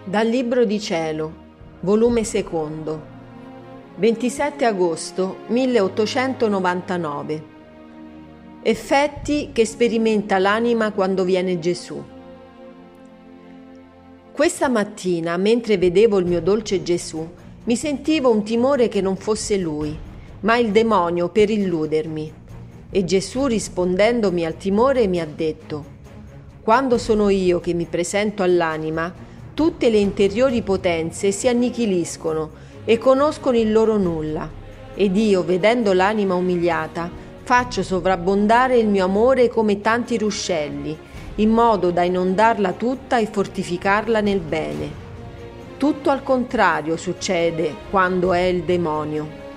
Dal Libro di Cielo, volume secondo, 27 agosto 1899. Effetti che sperimenta l'anima quando viene Gesù. Questa mattina, mentre vedevo il mio dolce Gesù, mi sentivo un timore che non fosse Lui, ma il demonio per illudermi. E Gesù, rispondendomi al timore, mi ha detto: quando sono io che mi presento all'anima, tutte le interiori potenze si annichiliscono e conoscono il loro nulla, ed io, vedendo l'anima umiliata, faccio sovrabbondare il mio amore come tanti ruscelli, in modo da inondarla tutta e fortificarla nel bene. Tutto al contrario succede quando è il demonio.